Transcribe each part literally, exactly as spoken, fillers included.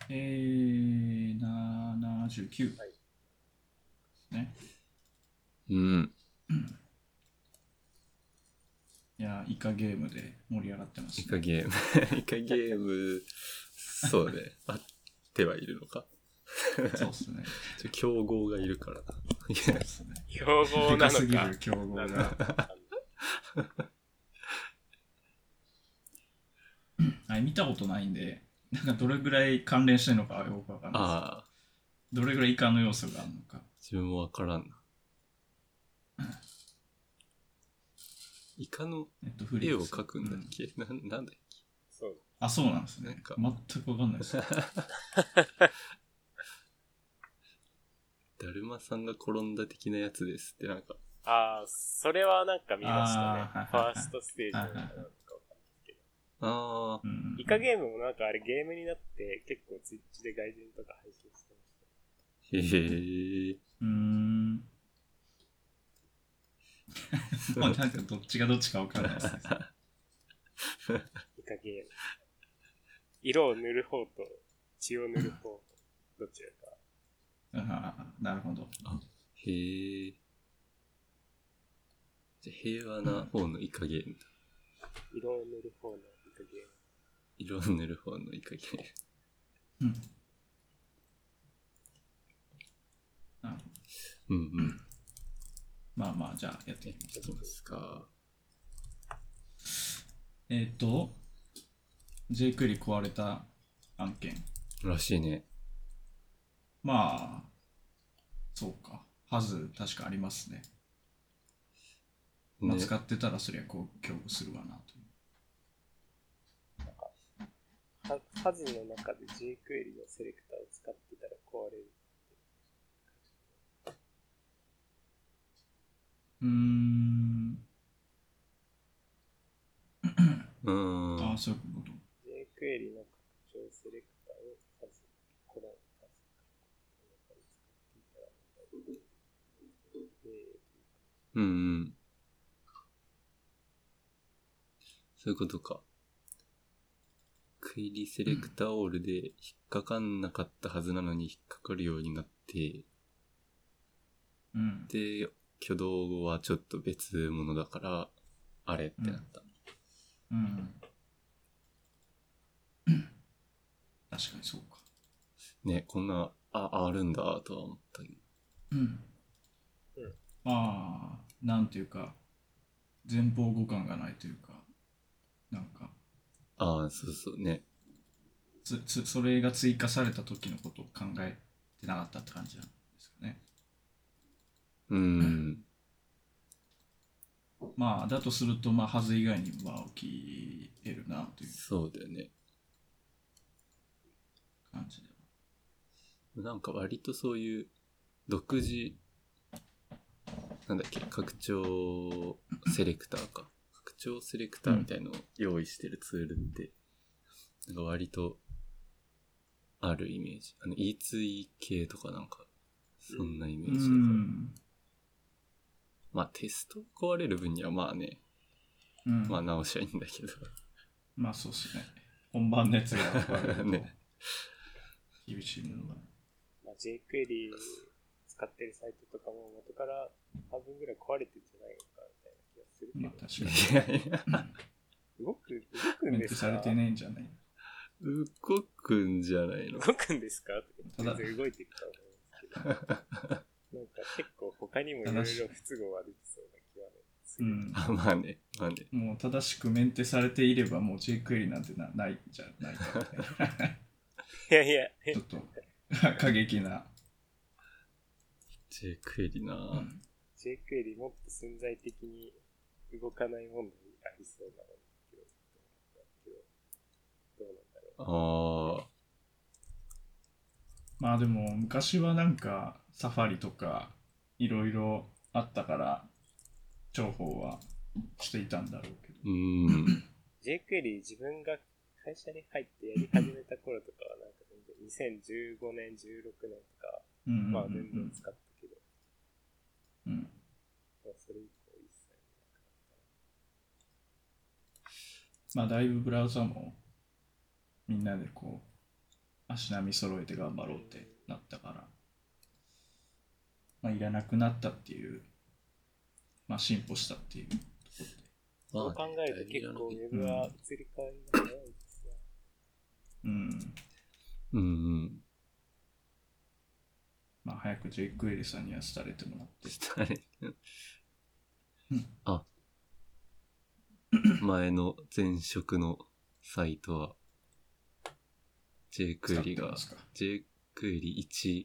えー、ななじゅうきゅうですね。 うん。 いや、イカゲームで盛り上がってまイすね。 カゲーム。イカゲーム、そうね。あってはいるのか。 そうっすね。 ちょ競合がいるからな。 そうっすね。 競合でかなのかすぎる競合なんが。あれ見たことないんで、なんかどれぐらい関連してるのかよくわかんないです。 ああ、 どれぐらいイカの要素があるのか。 自分もわからんな。イカのネットフリ絵をックス描くんだっけ、うん、な, なんだっけそうあ、そうなんですね。 なんか全くわかんないです。 だるまさんが転んだ的なやつですってなんか。 ああ、それはなんか見ましたね。 あーファーストステージなのかなんかわかんないけど。 ああ、 うん、 イカゲームもなんかあれゲームになって結構ツイッチで外人とか配信してましへえ。 うーん。まあなんかどっちがどっちかわかんないですね。 た。イカゲーム。色を塗る方と血を塗る方、どちらか。 ああ、なるほど。 へえ。じゃあ平和な方のイカゲームだ。 色を塗る方のイカゲーム。 色を塗る方のイカゲーム。 うん。なるほど。 うんうん。 まあまあ、じゃあやっていきいきますか。 えっ、ー、と、J クエリ壊れた案件。 らしいね。 まあ、そうか。はず、確かありますね。まあ、 ね。 使ってたらそりゃこう、競合するわなという。 はハズの中で J クエリのセレクターを使ってたら壊れる。 うーん。 うーん。 ああ、そういうこと。 J クエリの拡張セレクターをハズ、このハズの中で使っていたら問題。 うんうん。そういうことか。クエリセレクターオールで引っかかんなかったはずなのに引っかかるようになって、 うん。 で、挙動はちょっと別物だから、あれってなった。 うん。確かにそうか。 ね、こんな、あ、あるんだとは思ったけど。 うん。うん。まあ、なんていうか、前方互換がないというか、なんか、 ああ、そうそうね。 つ、つ、それが追加された時のことを考えてなかったって感じなんですかね。 うーん。 まあ、だとすると、まあ、はず以外にもまあ起きてるなというそうだよね。 感じでは。 なんか割とそういう独自、なんだっけ、拡張セレクターか。拡張セレクターみたいのを用意してるツールって、なんか割とあるイメージ。あの イーツーイー 系とかなんか、そんなイメージだから。まあテスト壊れる分にはまあね、 うん、 まあ直しはいいんだけど。 まあそうっすね。本番熱が分かるとね。 厳しいものが。 まあ、J クエリ使ってるサイトとかも元から半分ぐらい壊れてるんじゃないのかみたいな気がするけど。 まあ確かに。 いやいや。 動く、動くメンテんですか？ されてないんじゃない動くんじゃないの？ 動くんですか？ ただ全然動いてると思うんですけど。なんか結構他にもいろいろ不都合は出てそうな気はね。 うん。 あ、まあね、まあね。 もう正しくメンテされていればもう J クエリなんてなないんじゃないかみたいな。 いやいや、 ちょっと過激な。 J クエリな、 うん、 J クエリもっと潜在的に動かない問題ありそうなのけど、どうなんだろう。 ああ。 まあでも昔はなんかサファリとかいろいろあったから重宝はしていたんだろうけど。 うーん。 J クエリ自分が会社に入ってやり始めた頃とかはなんか全然にせんじゅうごねん、じゅうろくねんとか、 うんうんうんうん、 まあ全然使ったけど、 うん、 まあそれ以降一切まあだいぶブラウザもみんなでこう足並み揃えて頑張ろうってなったから、まあ、いらなくなったっていう、まあ、進歩したっていうところで。 そう考えると結構ウェブは移り変わりが早いですね。 うん。 うんうん。 まあ、早く jQuery さんには廃れてもらって。 廃れうん。 あ、前の前職のサイトは jQuery が ジェイクエリーワン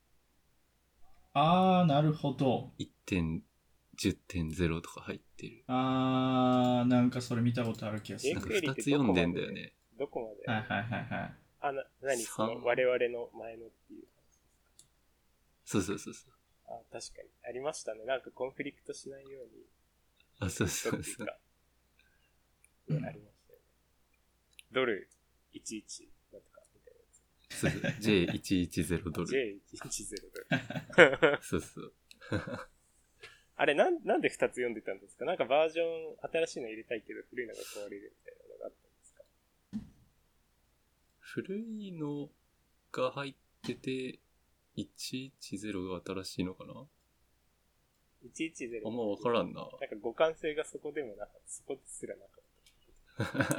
あー、なるほど。 いってんじゅってんゼロ とか入ってる。 あー、なんかそれ見たことある気がする。 なんかふたつ読んでんだよね。 どこまではいはいはいはい。 あ、な、何その我々の前のっていう話ですか？ そうそうそうそう。 あ、確かに。ありましたね。なんかコンフリクトしないように。 あ、そうそうそう。 ね、ありましたよね。ドルいちいちなんとかみたいなやつ。 そうそう。ジェイいちいちゼロ ドル。 ジェイいちいちゼロ ドル。 そうそう。 あれなん、なんでふたつ読んでたんですか？なんかバージョン、新しいの入れたいけど古いのが壊れるみたいなのがあったんですか？ 古いのが入ってて、いちいちゼロが新しいのかないちいちゼロ。あんま分からんな。 なんか互換性がそこでもなかった。そこですらなかった。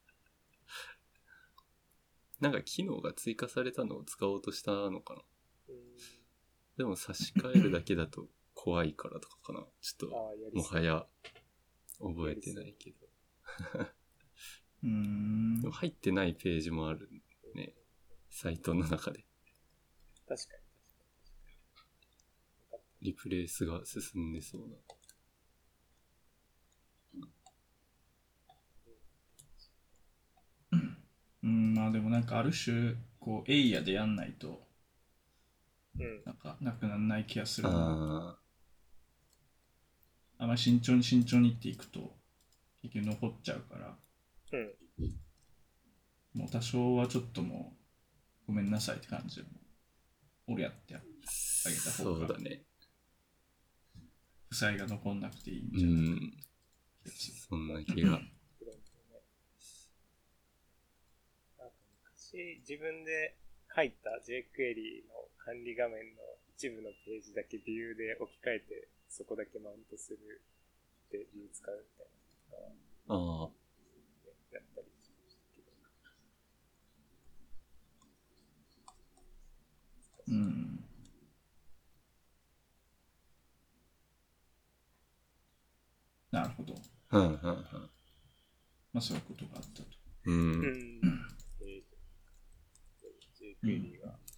なんか機能が追加されたのを使おうとしたのかな。でも差し替えるだけだと怖いからとかかな。ちょっともはや覚えてないけど。 うーん。 でも入ってないページもあるね。サイトの中で。 確かに。 リプレイスが進んでそうな。 うん、まあでもなんかある種、こう、エイヤでやんないと、 うん、 なんかなくならない気がするな。 ああんまり慎重に慎重にっていくと、結局残っちゃうから、 うん、 もう多少はちょっともう、ごめんなさいって感じで、俺やってあげた方が、 そうだね。 負債が残んなくていいんうじゃないかん。そんな気が。 自分で書いた jQuery の管理画面の一部のページだけビューで置き換えてそこだけマウントするでビュー使うみたいなのとかやったりしましたけど。うん。 なるほど。 うんうんうん。 まあそういうことがあったと。 うん。うんうん、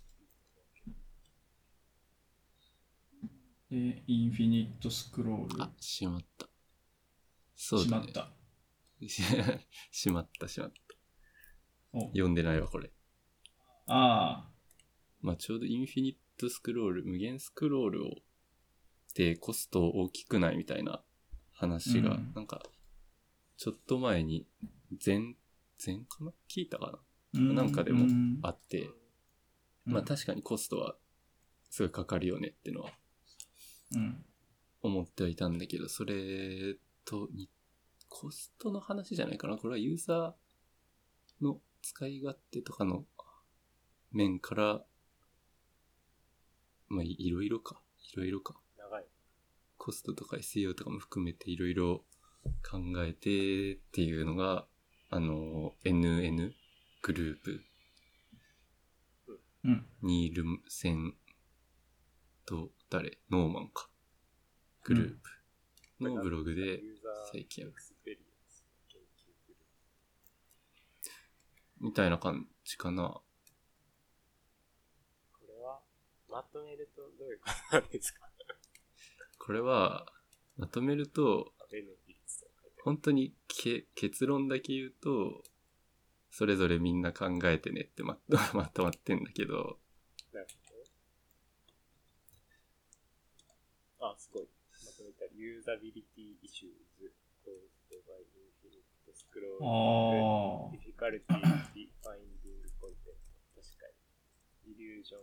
で、インフィニットスクロール。 あ、しまった。そうだね。 しまった。 しまったしまった。 お読んでないわ、これ。 ああ。 まあちょうどインフィニットスクロール、無限スクロールを、でコスト大きくないみたいな話が、うん、なんか、ちょっと前に、前、前かな聞いたかな、うん、なんかでもあって、うん、まあ確かにコストはすごいかかるよねってのは、思ってはいたんだけど、それとに、コストの話じゃないかな。これはユーザーの使い勝手とかの面から、まあいろいろか。いろいろか。 長い。 コストとか エスイーオー とかも含めていろいろ考えてっていうのが、あの、エヌエヌ グループ。 うん。 ニールセンと誰ノーマンか。グループのブログで最近、みたいな感じかな。 これはまとめるとどういうことなんですか？ これはまとめると本当にけ結論だけ言うとそれぞれみんな考えてねって ま, まとまってんだけど。 なるほど。あ、すごい。まとめたらユーザビリティイシューズ caused by infinite scroll difficulty finding content。確かに。illusion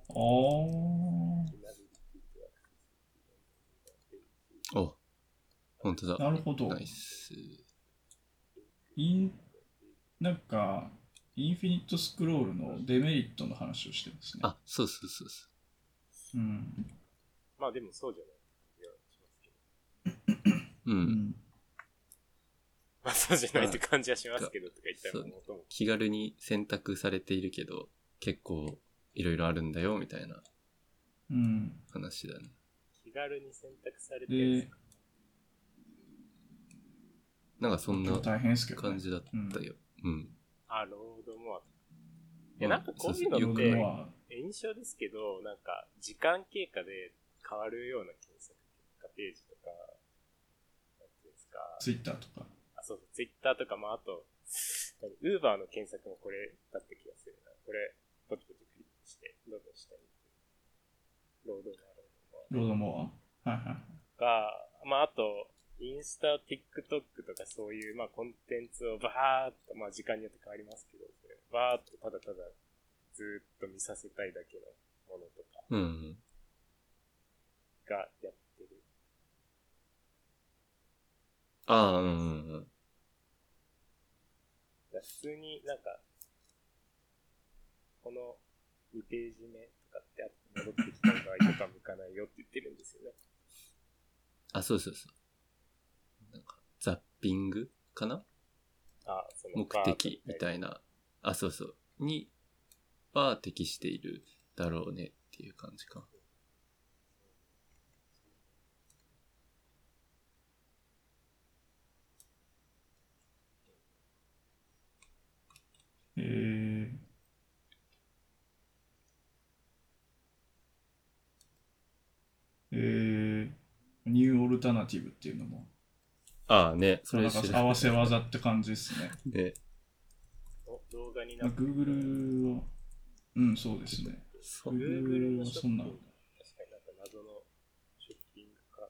of inability to access。 お、本当だ。 なるほど。 ナイス。 インなんかインフィニットスクロールのデメリットの話をしてますね。 あ、そうそうそうそうん。 まあでもそうじゃない気がしますけど。 う。う。 うんん。 まあそうじゃないって感じはしますけどとか言ったらもうも気軽に選択されているけど、結構いろいろあるんだよ、みたいなうん。 話だね。 気軽に選択されてるんですでか、 なんかそんな大変ですけどね。 感じだったよ。うん。 あ、ロードモアとか。いや、なんかこういうのよくっては印象ですけど、なんか時間経過で変わるような検索結果ページとか、なんていうんですか。 ツイッターとか。 あ、そうそう、ツイッターとか、まああと、ウーバーの検索もこれだった気がするな。これ、ポチポチクリックして、どんどん下に行く。ロードモア、ロードモア。 ロードモアはいはい。 が、まああと、インスタ、TikTok とかそういう、まあコンテンツをバーっと、まあ時間によって変わりますけど、バーっとただただずーっと見させたいだけのものとかうん。 がやってる。 ああ、うんうんうん。 だ普通になんか、このにページ目とかって戻ってきた場合とか向かないよって言ってるんですよね。 あ、そうそうそう。なんか、ザッピングかなあ、その目的みたいな。あ、そうそう。には適しているだろうねっていう感じか。 えー、えー、ニューオルタナティブっていうのも、 ああね、そなんかれ知ら合わせ技って感じですね。 ね。 お動画にまあ、 なってる。 Google は、うん、そうですね。 そう。 Google はそんな、 確かになんか謎のショッピングか。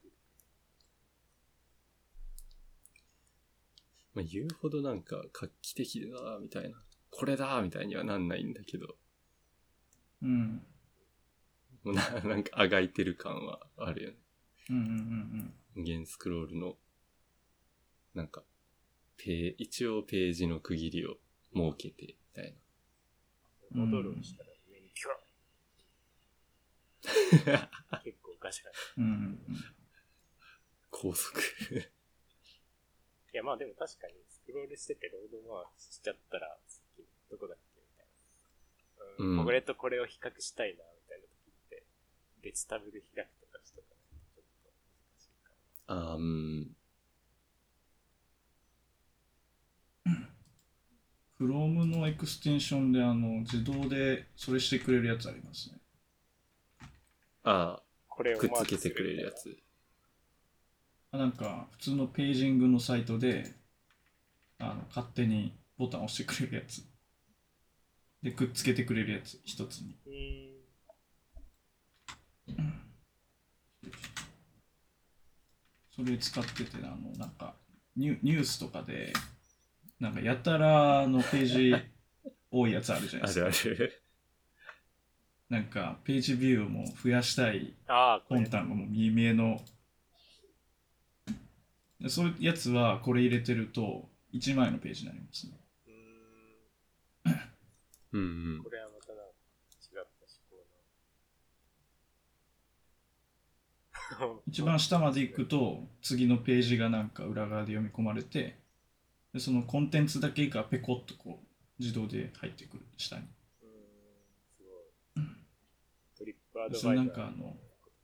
まあ、言うほどなんか画期的だなみたいな、これだみたいにはなんないんだけど、 うん。 もうななんかあがいてる感はあるよね。 うんうんうん無限スクロールのなんかペー一応ページの区切りを設けてみたいうん。 戻るをしたら上にキュラな。 結構ガシャガシャ。 うんうんうん。 高速。 いやまあでも確かにスクロールしててロードモアしちゃったらどこだっけみたいな、うんうんこれとこれを比較したいなみたいな時って別タブで開くとかしとかないとちょっと難しいかな。 あーうん。 Chrome のエクステンションであの自動でそれしてくれるやつありますね。 ああ、 これをくっつけてくれるやつ。 あなんか普通のページングのサイトであの勝手にボタンを押してくれるやつでくっつけてくれるやつ一つに。 うーんそれ使っててあのなんかニュニュースとかでなんかやたらあのページ多いやつあるじゃないあですか。 るある。 なんかページビューも増やしたいああこれ本単がもう見えのそういうやつはこれ入れてるといちまいのページになりますね。 うーんうんうんこ。れはまたなんか違った思考の一番下まで行くと次のページがなんか裏側で読み込まれてでそのコンテンツだけがペコッとこう自動で入ってくる下に。 うーんすごいトリップアドバイザーそれなんかあの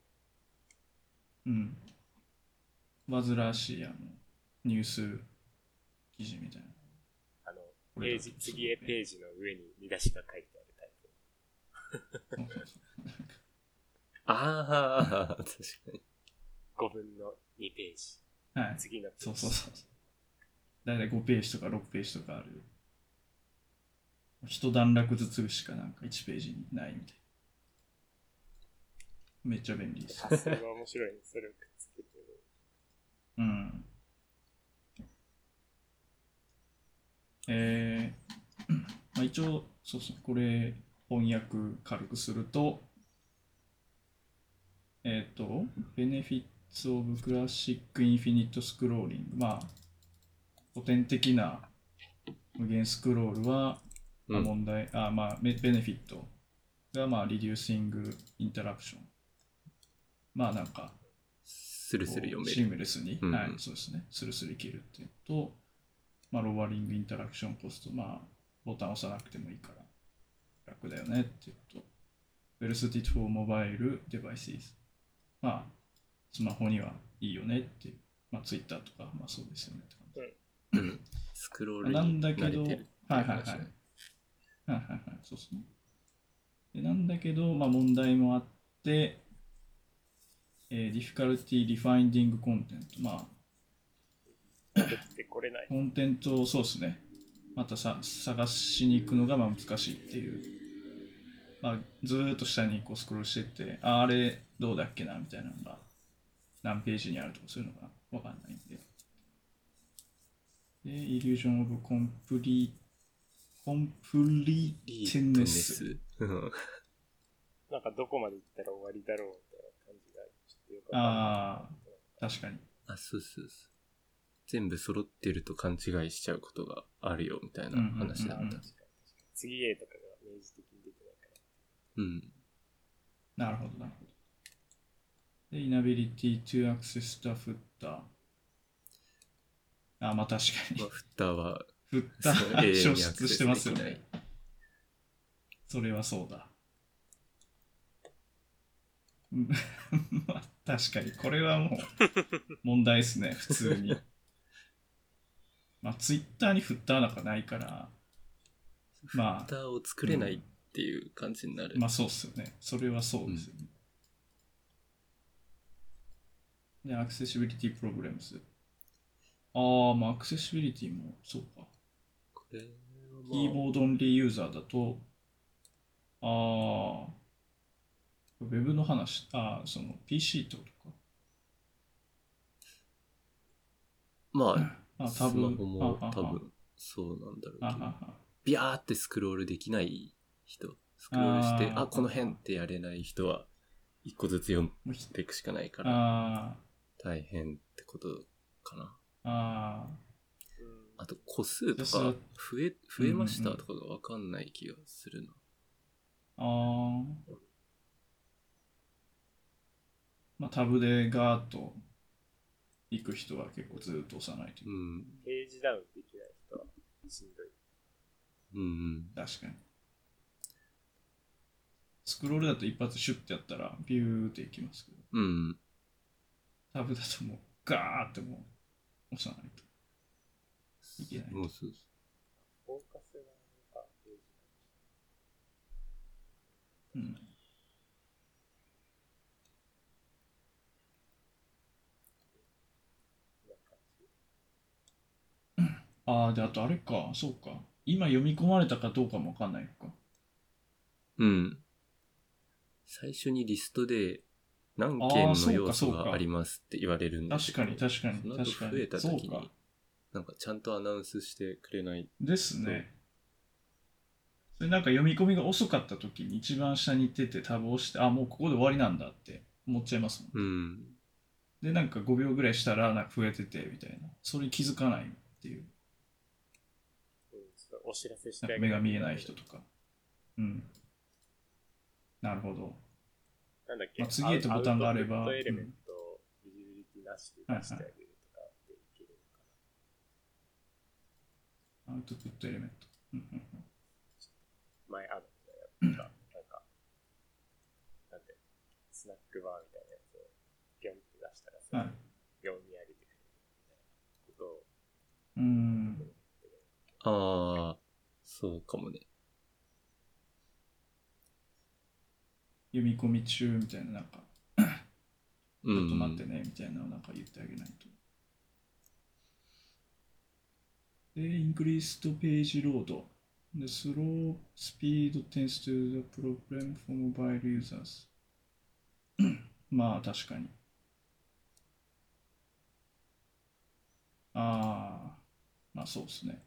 うん煩わしいあのニュース記事みたいな。 あのこれだとページ次へページの上に見出しが書いてあるタイプそうそうそうああ、確かに。 ごぶんのにページはい次のページそうそうそうだいたいごページとかろくページとかある一段落ずつしかなんかいちページにないみたいな。めっちゃ便利です。 あそれは面白いねそれをくっつけてるうん。えー、まあ一応、そうそう、これ翻訳軽くすると、えっ、と、Benefits of Classic Infinite Scrolling。まあ、古典的な無限スクロールは、 まあ、問題、あまあベベネフィットがまあリデューシングインタラクション。まあなんかスルスル読める。 シームレスに、 うんうん、 はい、そうですね。スルスルいけるっていうと、まあローワリングインタラクションコスト、まあボタン押さなくてもいいから楽だよねっていうと、Well suited for mobile devices。まあスマホにはいいよねっていう、まあツイッターとか、まあそうですよねって感じ。 うん、スクロールになんだけど、 慣れてるっていうはいはいはい。 話ね。 はいはいはい、そうですね。でなんだけど、まあ問題もあって、えー、difficulty refinding content。まあ、 出てこれない。 コンテンツをそうですね。またさ探しに行くのがまあ難しいっていう。まあ、ずーっと下にこうスクロールしてって、あ、あれどうだっけなみたいなのが何ページにあるとかそういうのがわかんないんで。で、illusion of complete completeness。 なんかどこまで行ったら終わりだろうみたいな感じがちょっとよくわかんない。 ああ、確かに。 あ、そうそうそう。全部揃ってると勘違いしちゃうことがあるよみたいな話だった。 うんうんうんうん、 次 A とかが明示的に出てないから。 うん。 なるほど、なるほど。で、inability to access the footer。あ、まあ確かに。 まあ、フッターは、 フッター消失してますよね。それはそうだ。まあ確かに、これはもう問題ですね、普通に。まあツイッターにフッターなんかないから、まあ。 フッターを作れないっていう感じになる。 うん、まあそうっすよね。それはそうですよね。うん、で、アクセシビリティプログラムズ。ああ、まあアクセシビリティもそうか。 これはまあ、 キーボードオンリーユーザーだと、ああ、ウェブの話、ああ、その ピーシー ってことか。 まあ、 あ、 スマホも多分そうなんだろうけど、ビャーってスクロールできない人、スクロールして、あ、この辺ってやれない人は、一個ずつ読んでいくしかないから、大変ってことかな。 ああと、個数とか増え、増えましたとかがわかんない気がするな。 ああ。まあ、タブでガーッと行く人は結構ずっと押さないと。 うん。 ページダウンできない人はしんどい。 うんうん。 確かに。スクロールだと一発シュッてやったらビューっていきますけど。 うん。 タブだともうガーってもう押さないといけない。 そうそうそう。 フォーカスがなんかページうん。ああ、で、あとあれか、そうか。今読み込まれたかどうかもわかんないのか。 うん。最初にリストで何件の要素がありますって言われるんだけど、 確かに確かに。 その後増えた時に、なんかちゃんとアナウンスしてくれない。 ですね。それなんか読み込みが遅かった時に一番下に行っててタブを押して、あ、もうここで終わりなんだって思っちゃいますもん。 うん。 で、なんかごびょうぐらいしたらなんか増えててみたいな。それに気づかないっていう。 お知らせしてあげる。 目が見えない人とか。うん。なるほど。 なんだっけ、 まあ、次へとボタンがあれば。 アウトプットエレメントをビジビリティなしで出してあげるとかっていけるのかな。 アウトプットエレメント。 前あるんだよ。なんか、なんで、スナックバーみたいなやつをピョンって出したらさ、はい、読み上げてくれるみたいなことを。 うーん。 ああ、そうかもね。 読み込み中みたいな、なんか、ちょっと待ってねみたいなのをなんか言ってあげないと。で、increased page load。The slow speed tends to the problem for mobile users. まあ、確かに。ああ、まあそうですね。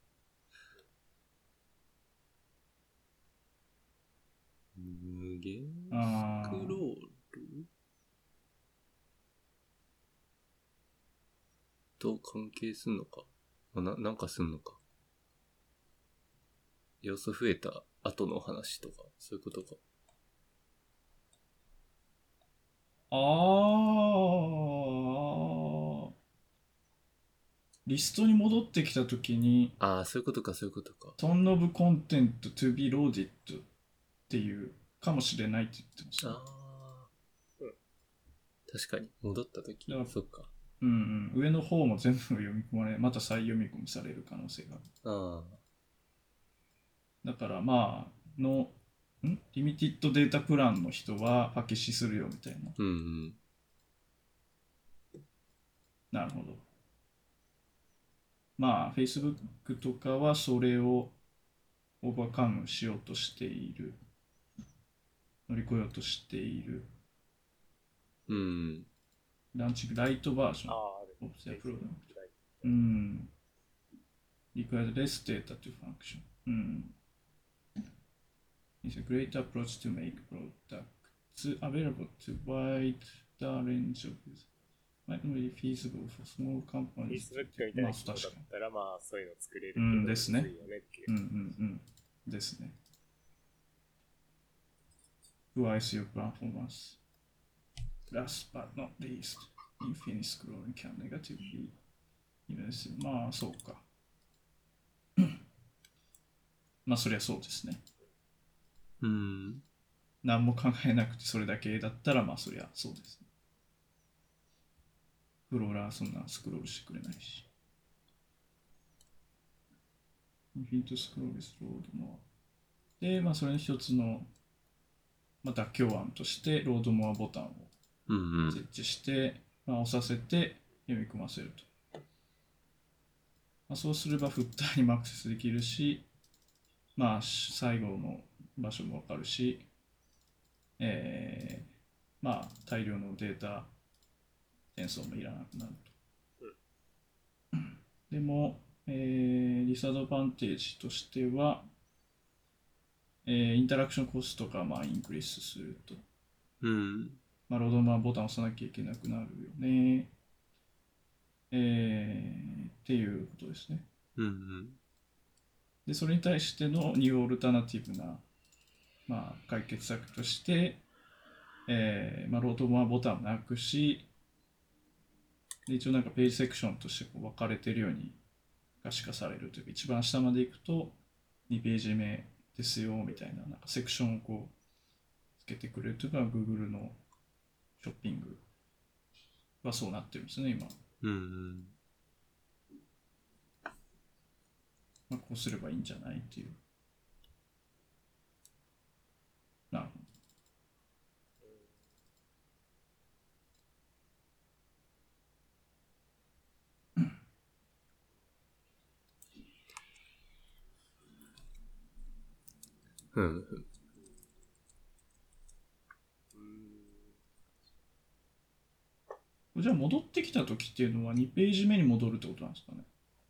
無限スクロールと関係すんのかな、なんかすんのか。 要素増えた後の話とか、そういうことか。 あー、リストに戻ってきたときに、 ああ、そういうことか、そういうことか。 Ton of content to be loaded っていうかもしれないって言ってました。 ああ、うん。確かに、戻ったとき、そっか。 うんうん。上の方も全部読み込まれ、また再読み込みされる可能性がある。 ああ。 だからまあ、の、んリミティッドデータプランの人は破消しするよみたいな。 うんうん。 なるほど。まあ、Facebook とかはそれをオーバーカムしようとしている。乗り越えようとしている。 うん。 ランチライトバージョン。 ああ、ある。 オブセプロダクト。うん。requires less data to function. うん。It's a great approach to make products available to wide range of users. Might not be feasible for small companies. Facebook みたいな人だったら、まあ、そういうの作れるけど、 うんですね。 むずいよねっていう。 うんうんうん。ですね。Wise your performance. Last but not least, infinite scrolling can negatively influence. まあ、そうか。まあ、そりゃそうですね。 うん。 何も考えなくてそれだけだったら、まあ、そりゃそうですね。スクローラーそんなスクロールしてくれないし。インフィニットスクロールスロードモア。で、まあ、それの一つの、まあ、妥協案として、ロードモアボタンをうんうん。 設置して、まあ、押させて読み込ませると。まあ、そうすればフッターにもアクセスできるし、まあ、最後の場所もわかるし、えー、まあ、大量のデータ転送もいらなくなると。でも、えー、ディスアドバンテージとしては、えー、インタラクションコストがまあインクリースすると。 うん。 まあ、ロードマーボタンを押さなきゃいけなくなるよね。えー、っていうことですね。 うんうん。 で、それに対してのニューオルタナティブな、まあ、解決策として、えーまあ、ロードマーボタンをなくし、で一応なんかページセクションとしてこう分かれているように可視化されるというか、一番下まで行くとにページ目ですよみたいな、なんかセクションをこうつけてくれるというか、Google のショッピングはそうなってるんですね、今。 うんうん。 まあ、こうすればいいんじゃないっていう。なるほど。 うんうん。 じゃあ戻ってきたときっていうのはにページ目に戻るってことなんですかね。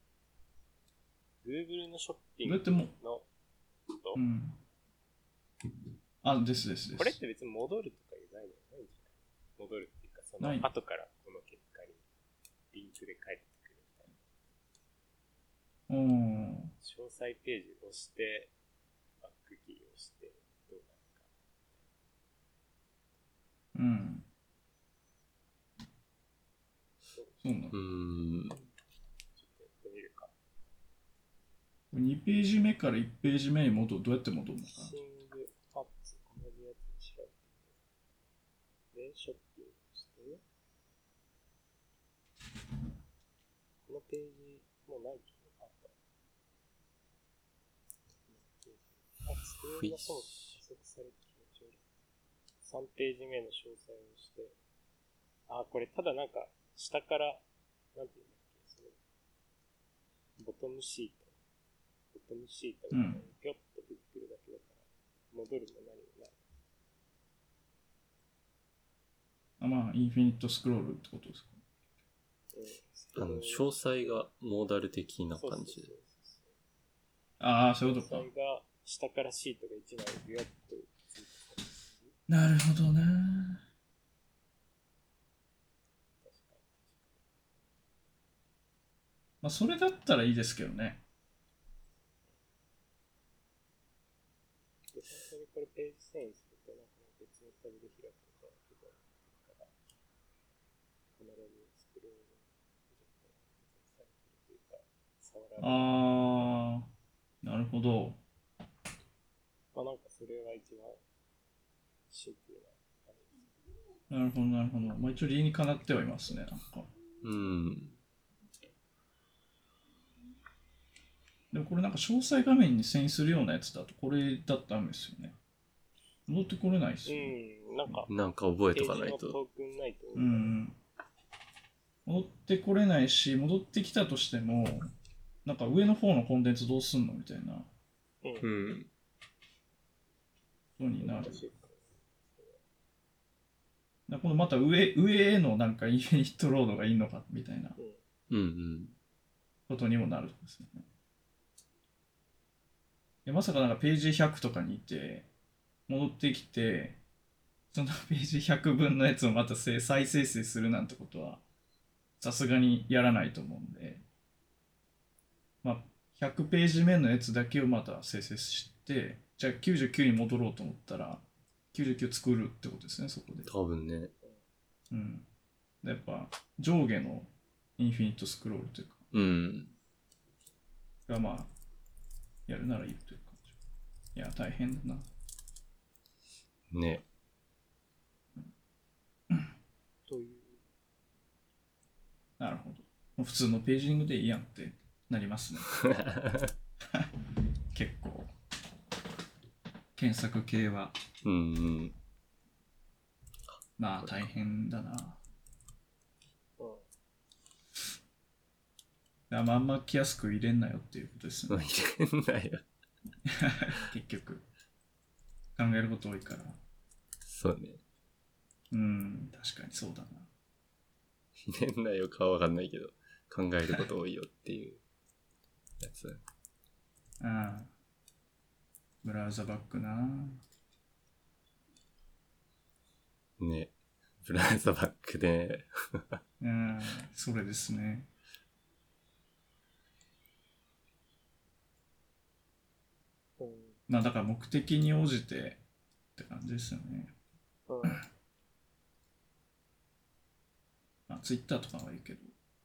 Google のショッピングどうやっても、 のことうん。あ、ですですです。 これって別に戻るとかいうないのないんじゃない戻るっていうか、そのない後からこの結果にリンクで返ってくるみたいな。 うん。 詳細ページを押して、バックキーを押して、どうなるか。 うん。そうなの。 うーん。 ちょっとやってみるか。 にページ目からいちページ目に戻る、どうやって戻るのかな。 シングアップ、同じやつに調べて、で、ショッピングして、このページ、もうないけど、あった。あ、スクロールがそう加速されて気持ち悪い。さんページ目の詳細をして、あ、これただなんか、下から、なんていうんだっけ、その、ボトムシート。ボトムシートがぴょっと出てくるだけだから、戻るも何もない。 あ、まあ、インフィニットスクロールってことですか。 うん、 あの、詳細がモーダル的な感じで。 ああ、そういうことか。 詳細が下からシートがいちまいビュッとついてたりする。 なるほどね。 確かに。 まあ、それだったらいいですけどね。 遷移すると、なんか別のタブで開くとか、とか、から必ずスクロールされてるというか、触られる。 あー、なるほど。 まあなんかそれが一番シンプルな感じです。 なるほど、なるほど。まあ一応理にかなってはいますね、なんか。 うん。 でもこれなんか詳細画面に遷移するようなやつだと、これだったんですよね。戻ってこれないですよね。 うん、なんか、 なんか覚えとかないページのトと。 ークンないと。 うん。戻ってこれないし、戻ってきたとしても、なんか上の方のコンテンツどうすんのみたいなうん。 うん。 風になる。 難しいですだからこのまた上、上へのなんかインフィニットロードがいいのかみたいなね。 うんうん。 ことにもなるんですよね。でまさかなんかページひゃくとかにいて、戻ってきて、そのページひゃくぶんのやつをまた再生成するなんてことは、さすがにやらないと思うんで、まあ、ひゃくページ目のやつだけをまた生成して、じゃあきゅうじゅうきゅうに戻ろうと思ったら、きゅうじゅうきゅう作るってことですね、そこで。 多分ね。 うん。でやっぱ、上下のインフィニットスクロールというか、 うん。 がまあ、やるならいいという感じ。いや、大変だな。 ね。 という。 なるほど。もう普通のページングでいいやんってなりますね。結構。検索系は、 うんうん。 まあ大変だな。 うん。 あまああんま気安く入れんなよっていうことですね。 入れんなよ。 結局。考えること多いから。 そうね。 うん、確かにそうだな。 入れんなよかわかんないけど、考えること多いよっていうやつ。 ああ。ブラウザバックな。 ね。ブラウザバックで、 うん、それですね。 うん。 まあだから目的に応じてって感じですよね。 うん。 まあツイッターとかはいいけど。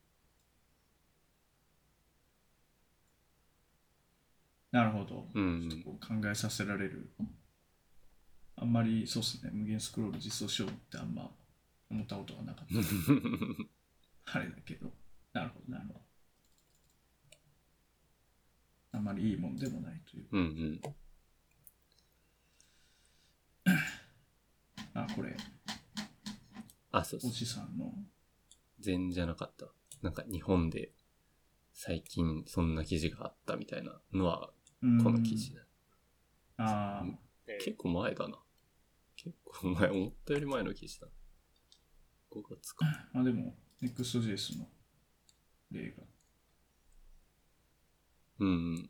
なるほど。 うんちょっとこう考えさせられる。あんまりそうっすね。無限スクロール実装しようってあんま思ったことがなかった。あれだけど。なるほど、なるほど。あんまりいいもんでもないという。 うんうん。 あ、これ、 あ、そうそおう。 じさんの。 全じゃなかった。なんか日本で最近そんな記事があったみたいなのはうんこの記事だ。 あうんで結構前だな。結構前、思ったより前の記事だ。ごがつか。 あ。あ、でも、ネクストジェイエス の例が。 うんうん。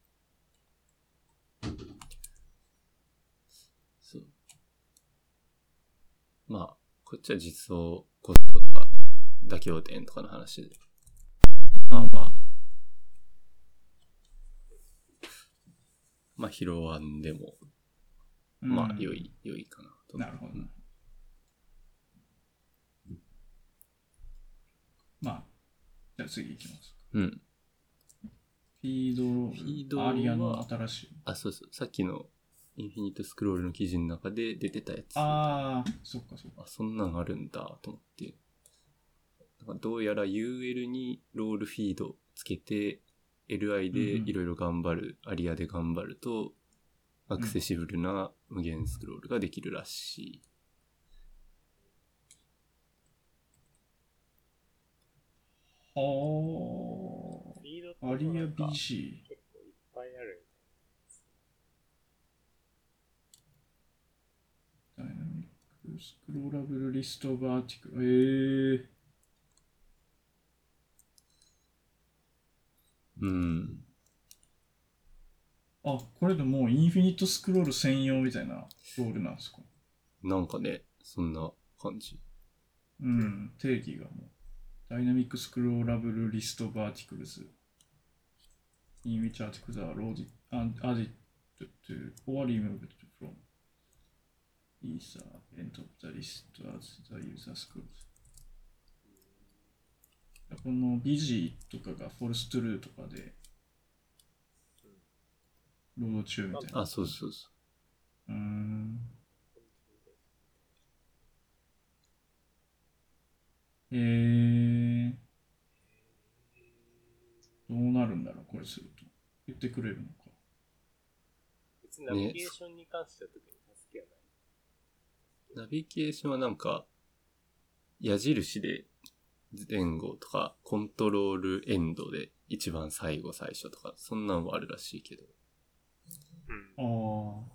そう。まあ、こっちは実装コストとか妥協点とかの話で。まあまあ。まあ、拾わんでも、まあ、良い、良いかなと。 なるほどな。まあ、じゃあ次行きます。 うん。 フィードロール。 フィードはアリアの新しい。 あ、そうそう。さっきのインフィニットスクロールの記事の中で出てたやつ。 ああ、そっかそっか。 あ、そんなんあるんだと思って。なんかどうやら ユーエル にロールフィードつけて エルアイ でいろいろ頑張る、アリアで頑張るとアクセシブルな無限スクロールができるらしい。 はフィードってあ。アリアなんかビーシー。 結構いっぱいあるダイナミックスクローラブルリストバーティクル。ええー。 うん。 あ、これでもうインフィニットスクロール専用みたいなロールなんですか？ なんかね、そんな感じ。 うん、定義がもう。ダイナミックスクローラブルリストバーティクルズ。in which articles are loaded and added to or removed from is the end of the list as the user scrolls. この ビジー とかが false true とかでロード中みたいな。 あ、そうそうそう。 うーん。えー、どうなるんだろう、これすると。言ってくれるのか。 別にナビゲーションに関しては特に助けはない。 ナビゲーションはなんか、矢印で前後とか、コントロールエンドで一番最後最初とか、そんなんもあるらしいけど。 うん。 ああ。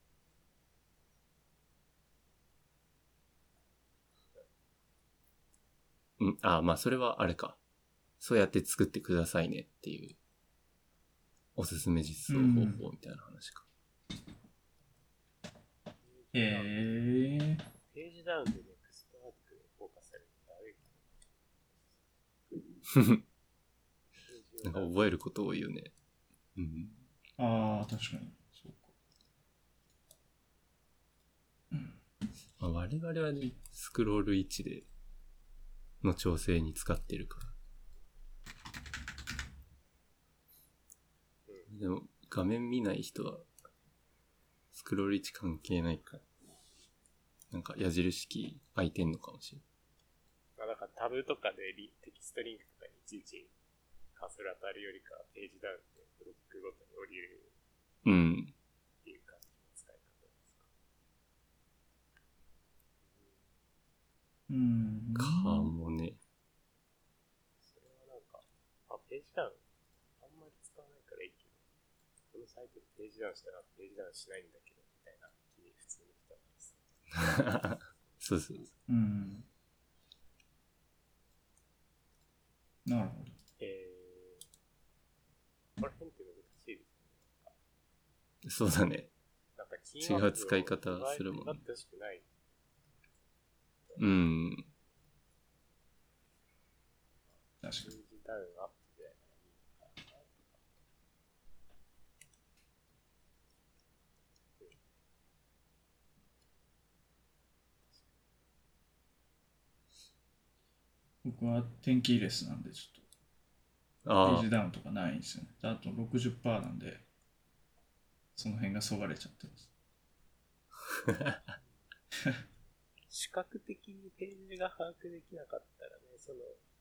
うん、ああ、まあそれはあれか。そうやって作ってくださいねっていう、おすすめ実装方法みたいな話か。 へえー。 ページダウンでネクストアーティクルにフォーカスされるのだるい。 なんか覚えること多いよね。うん。 ああ、確かに。そうか。うん。 まあ、我々はね、スクロールいちでの調整に使ってるから。うん、でも画面見ない人はスクロールいち関係ないから。なんか矢印キー空いてんのかもしれない。 まあ、なんかタブとかでリテキストリンクとかにいちいちカーソル当たるよりかページダウンでブロックごとに降りるっていう感じの使い方ですか。 うん。 かもね。 それはなんか、あ、ページダウンあんまり使わないからいいけど、このサイトでページダウンしたらページダウンしないんだけどみたいな気に普通に来たんです。 そうそうそう。 うん。なるほど。 えー、これ辺って難しいですね。 そうだね。 なんかキーワードを違う使い方するもんね。 使ってほしくない。 うん。 確かに。 ページダウンアップぐらいならいいのかなとか。 僕は天気レスなんでちょっとページダウンとかないんですよね。あと ろくじゅっパーセント なんでその辺がそがれちゃってます。 視覚的にページが把握できなかったらね、その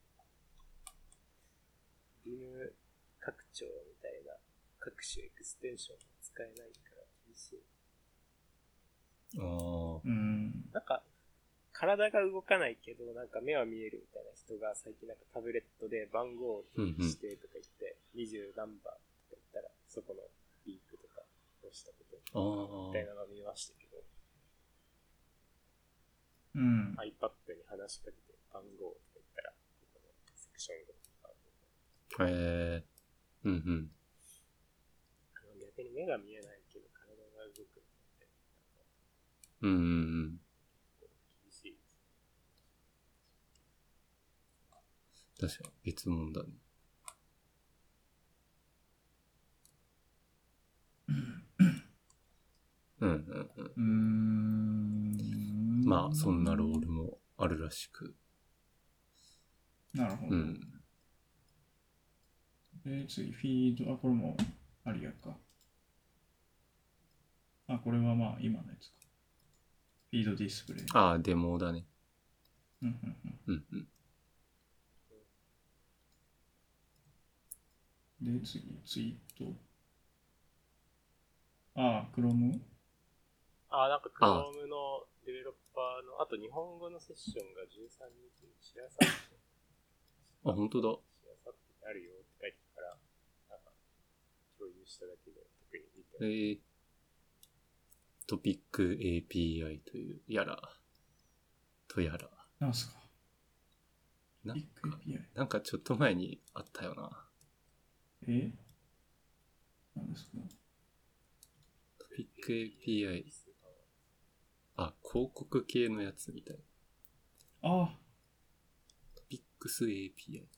ビム拡張みたいな各種エクステンションも使えないから厳しい。 ああ。 うん。 なんか体が動かないけどなんか目は見えるみたいな人が最近なんかタブレットで番号をしてとか言って二十何番とか言ったらそこのリンクとか押したことみたいなのを見ましたけど、 うん、 iPad に話しかけて番号とか言ったらここのセクションごとかへえー、うんうん。 逆に目が見えないけど体が動くってうんうんうん。 厳しいです。 確かに別物だね。うんうんうん。 うーん。 まあそんなロールもあるらしく。 なるほど。うん。で、次、フィード、あ、これもありやか。あ、これはまあ今のやつか。フィードディスプレイ。 ああ、デモだね。 うんうんうん。 うんうん。で、次、ツイート。ああ、Chrome？ ああ、なんか Chrome のデベロッパーの、あと日本語のセッションがじゅうさんにちにシェアサップ。あ、本当だ。 シェアサップってあるよって書いてから、なんか共有しただけで特に見てえー、トピック エーピーアイ というやら、とやら。 なんすかなんか、 トピック エーピーアイ。 なんかちょっと前にあったよな。 えなんですかトピック エーピーアイ。あ、広告系のやつみたい。 ああ。 トピックス エーピーアイ。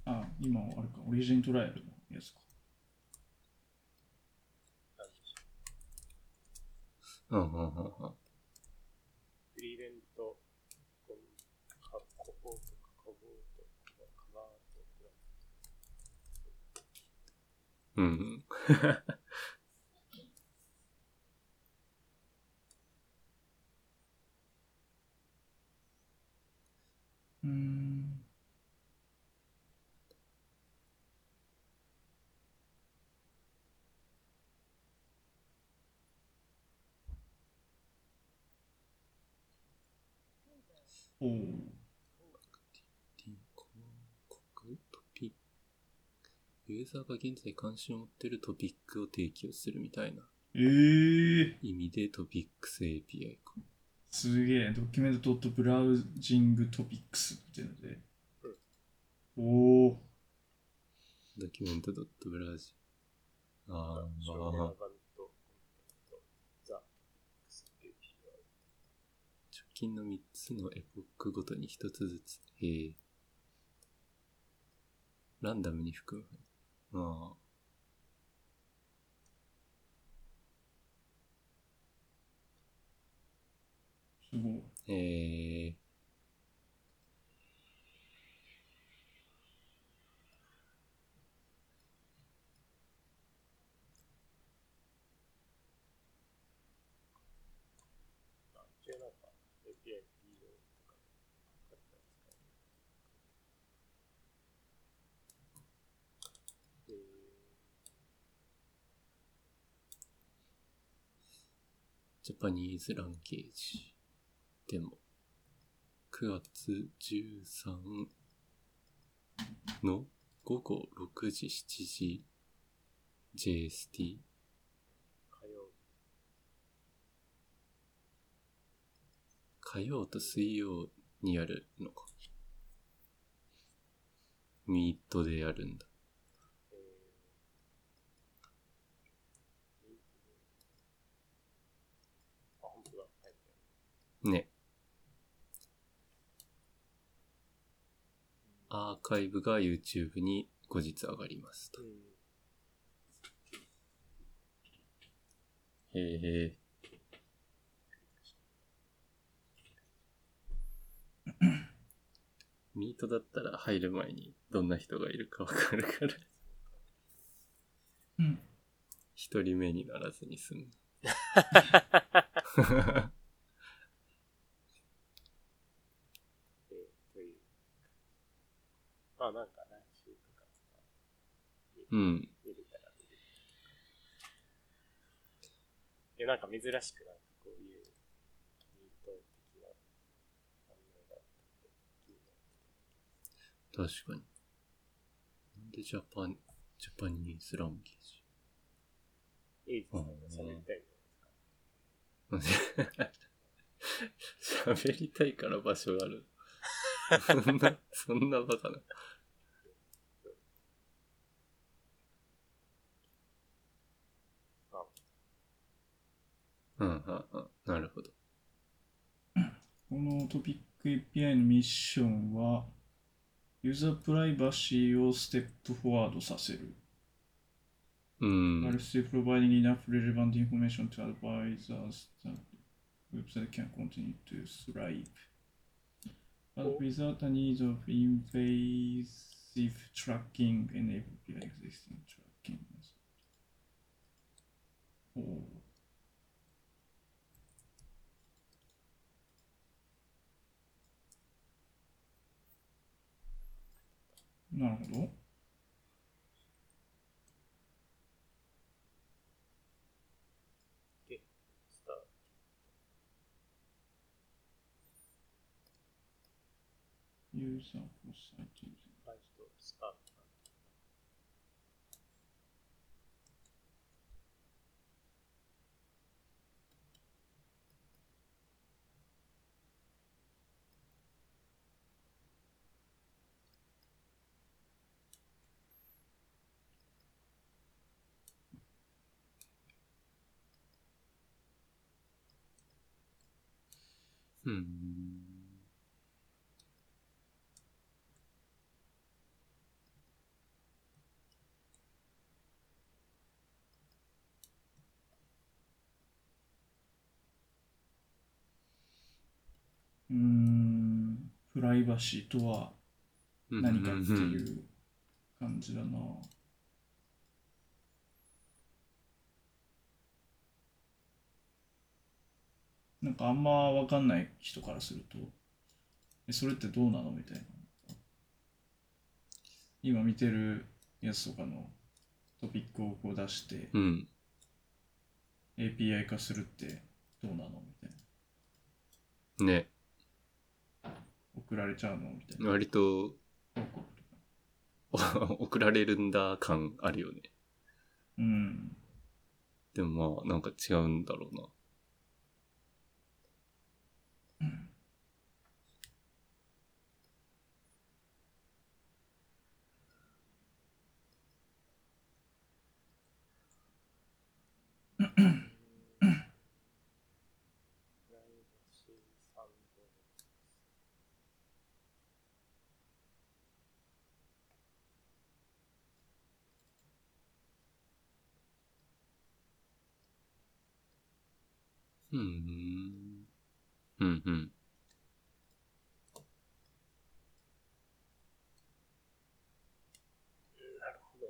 あ、今あれか、オリジントライアルのやつか。 なんでしょうんうんうんうん。 う。プリベント、コン、カコボーとかコボーとかカバーとか。 うん。 うーん。おお。 広告トピック。ユーザーが現在関心を持っているトピックを提供するみたいなえー、 意味でトピックス エーピーアイ か。 すげえ。ドキュメントドットブラウジングトピックスっていうので。おお。 ドキュメントドットブラウジ。ああ、 ショーレラバントコンテント、ザ、エーピーアイ。 直近のみっつのエポックごとにひとつずつ。へえ。ランダムに含む。ああ。 すごい。 えー、 あ、一応なんか エーピーアイ の利用とかあったんですかね。えジャパニーズランゲージ。でも、くがつじゅうさんのごごろくじしちじ ジェーエスティー。 火曜火曜と水曜にやるのか。ミートでやるんだ。 えー、あ、本当だ。はい。 ね。アーカイブが YouTube に後日上がりますと。 うん。 へえ。ミートだったら入る前にどんな人がいるかわかるから。 うん。 一人目にならずに済む。 えー、という。まあなんか来週とかさ、 うん。 見れたら見れる。いや、なんか珍しくなんかこういうミート的な反応があったんで気になってた。 確かに。なんでジャパン、ジャパニーズランゲエイジさんが喋りたいじゃないですか。 ージ。喋りたいから場所がある。そんな、そんなバカな。 あ、 うん、うん、うん。なるほど。 このトピック エーピーアイ のミッションは、ユーザープライバシーをステップフォワードさせる。 うん。 while still providing enough relevant information to advisors that the website can continue to thrive, but without the need of invasive tracking enabled by existing tracking methods. おーなるほど。 で、スタート。 ユーザーフォーサイティング。 あ、ちょっとスタート。 うん。 プライバシーとは何かっていう感じだな。なんかあんま分かんない人からすると、えそれってどうなのみたいな。今見てるやつとかのトピックをこう出して、 うん、 エーピーアイ 化するってどうなのみたいな。 ね。 送られちゃうのみたいな。 割と報告とか送られるんだ感あるよね。 うん。 でもまあなんか違うんだろうな。うん。うんうん。 なるほど。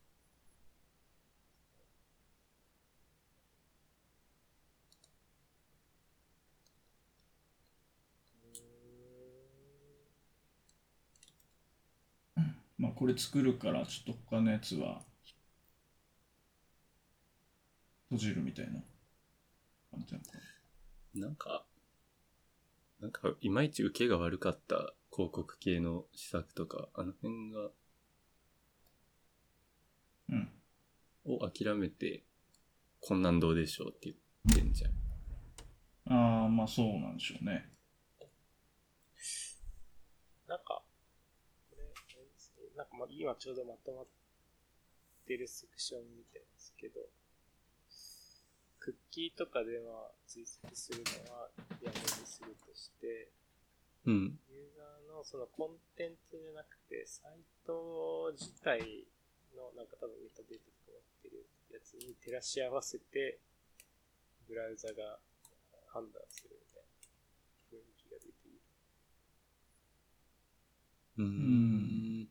まあこれ作るからちょっと他のやつは閉じるみたいな感じなのかな。 なんか、なんかいまいち受けが悪かった広告系の施策とか、あの辺が、 うん。 を諦めて、こんなんどうでしょうって言ってんじゃん。 ああ、まあそうなんでしょうね。 なんか、これ、あれですね、なんかま今ちょうどまとまってるセクションみたいですけど、クッキーとかでは追跡するのはやめにするとして、 うん。 ユーザーのそのコンテンツじゃなくて、サイト自体のなんか多分メタデータとか持ってるやつに照らし合わせて、ブラウザが判断するみたいな雰囲気が出ている。 うーん。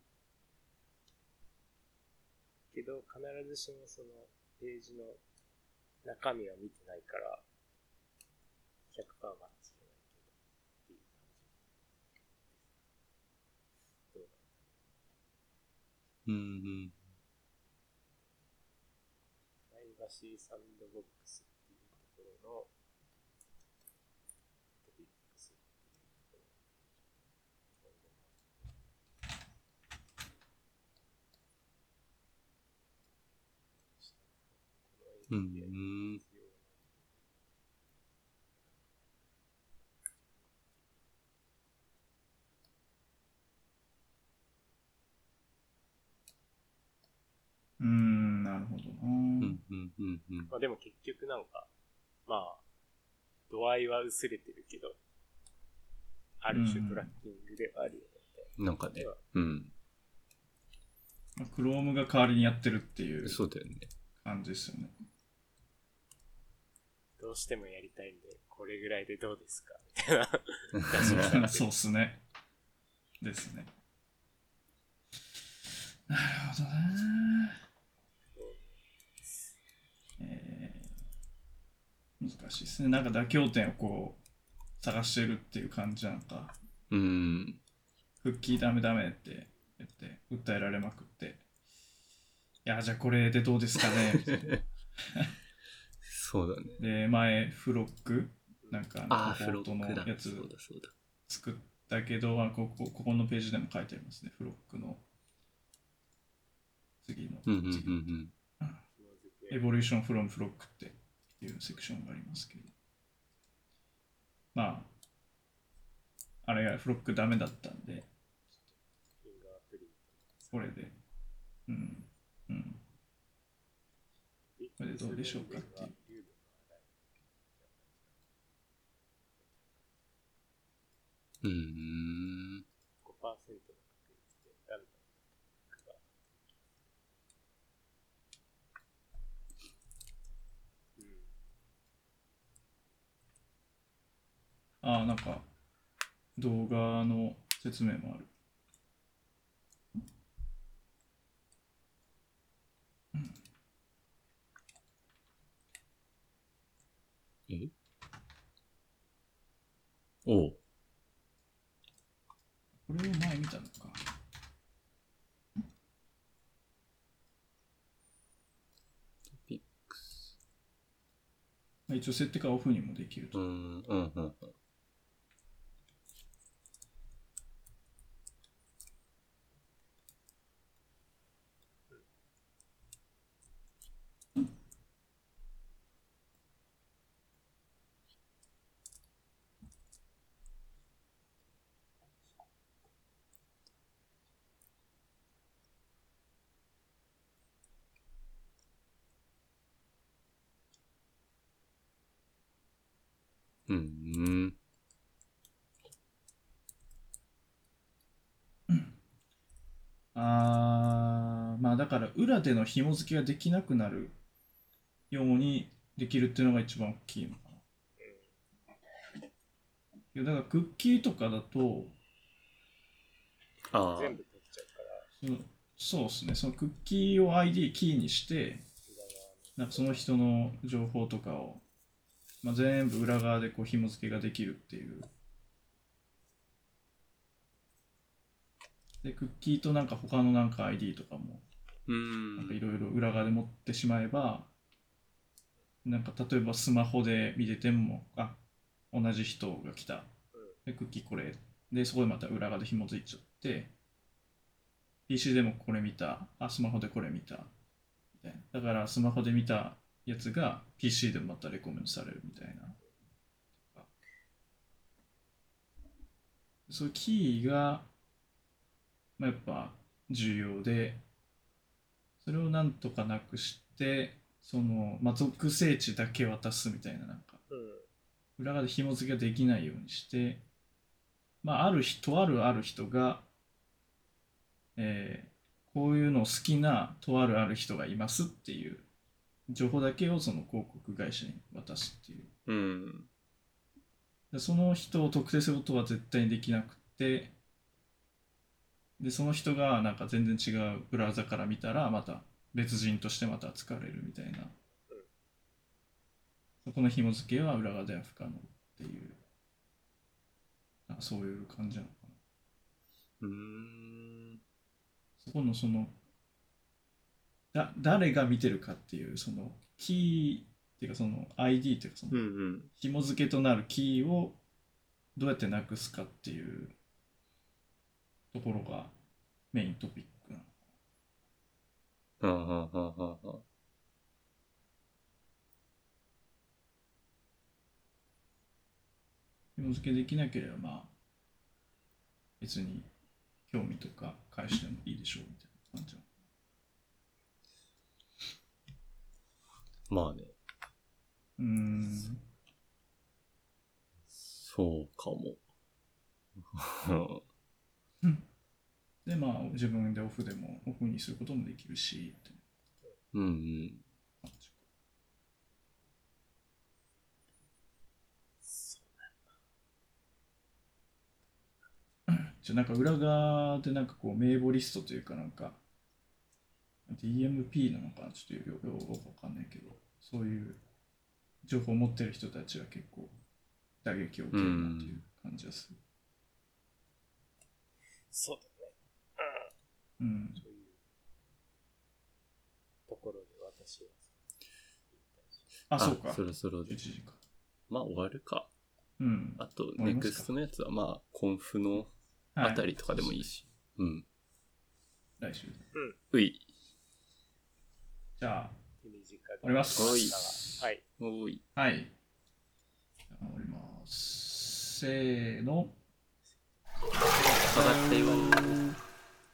けど、必ずしもそのページの中身は見てないから、ひゃくパーセントマッチじゃないけど、っていう感じ。どううんうん。 プライバシーサンドボックスっていうところの、トピックスっていうところうの、 ん。 うーん、なるほどな。 うんうんうんうん。 まあでも結局なんか、まあ、度合いは薄れてるけど、ある種トラッキングではあるよね。 なんかね、うん。 まあ、Chrome が代わりにやってるっていうそうだよね。 感じですよね。 どうしてもやりたいんで、これぐらいでどうですかみたいな。 そうっすね。ですね。なるほどな。えー、難しいですね。なんか妥協点をこう探してるっていう感じなんか。 うん。 クッキーダメダメって言って訴えられまくって。いや、じゃあこれでどうですかねみたいな。 そうだね。 で、前、フロック、なんか、 ああ、 コフロホートのックだ。 やつそうだそうだ。 作ったけど、あここここのページでも書いてありますね。フロックの次の、 うんうんうん次のうん。 エボリューションフロムフロックっていうセクションがありますけど。まあ、あれがフロックダメだったんで、これで、うん、うん。これでどうでしょうかっていう。 うーん。 ごパーセント の確率でランダムがああ、なんか、 動画の説明もある。 えおう。 これを前見たのか。 トピックス。 まあ、一応設定がオフにもできると。 うん、うん、うん、うん。うん。 あー、まあだから裏での紐付けができなくなるようにできるっていうのが一番大きいのかな。いやだからクッキーとかだと、 ああ。 全部取っちゃうから。 そのそうですね、そのクッキーを アイディー キーにして、なんかその人の情報とかを、まあ、全部裏側でこう紐付けができるっていう。で、クッキーとなんか他のなんか アイディー とかも、なんかいろいろ裏側で持ってしまえば、なんか例えばスマホで見てても、あ、同じ人が来た。で、クッキーこれ。で、そこでまた裏側で紐付いちゃって、ピーシー でもこれ見た。あ、スマホでこれ見た。みたいな。だからスマホで見たやつが ピーシー でもまたレコメンドされるみたいな。そういうキーが、まあ、やっぱ重要で、それをなんとかなくして、その、まあ、属性値だけ渡すみたいな、なんか、裏側で紐付けができないようにして、まあ、ある人、とあるある人が、えーこういうのを好きなとあるある人がいますっていう情報だけをその広告会社に渡すっていう。 うん。 でその人を特定することは絶対にできなくて、で、その人がなんか全然違うブラウザから見たら、また別人としてまた扱われるみたいな。そこの紐付けは裏側では不可能っていう、なんかそういう感じなのかな。 うーん。 そこのその、だ誰が見てるかっていう、そのキーっていうかその アイディー っていうかそのうんうん。 紐付けとなるキーをどうやってなくすかっていうところがメイントピックなの。 はあはあはあはあはあ。 紐付けできなければまあ別に興味とか返してもいいでしょうみたいな感じなの。 まあね。 うーん。 そうかも。 でまあ自分でオフでもオフにすることもできるしってうんうん。 感じ。じゃあなんか裏側でなんかこう名簿リストというかなんか ディーエムピー なのかなちょっとよくわかんないけど、そういう情報を持ってる人たちは結構打撃を受けるなっていう感じがする。 そうだね。 うん。 そういうところで私は。 あ、そうか。 そろそろで。 いちじか。 まあ終わるか。 うん。 あと、ネクストのやつはまあ、コンフのあたりとかでもいいし。はい、うん。 来週。 うん。 うい。 じゃあ、 終わります。 はい。 おい。 はい。じゃあ、終わります。せーの。 上がったよー。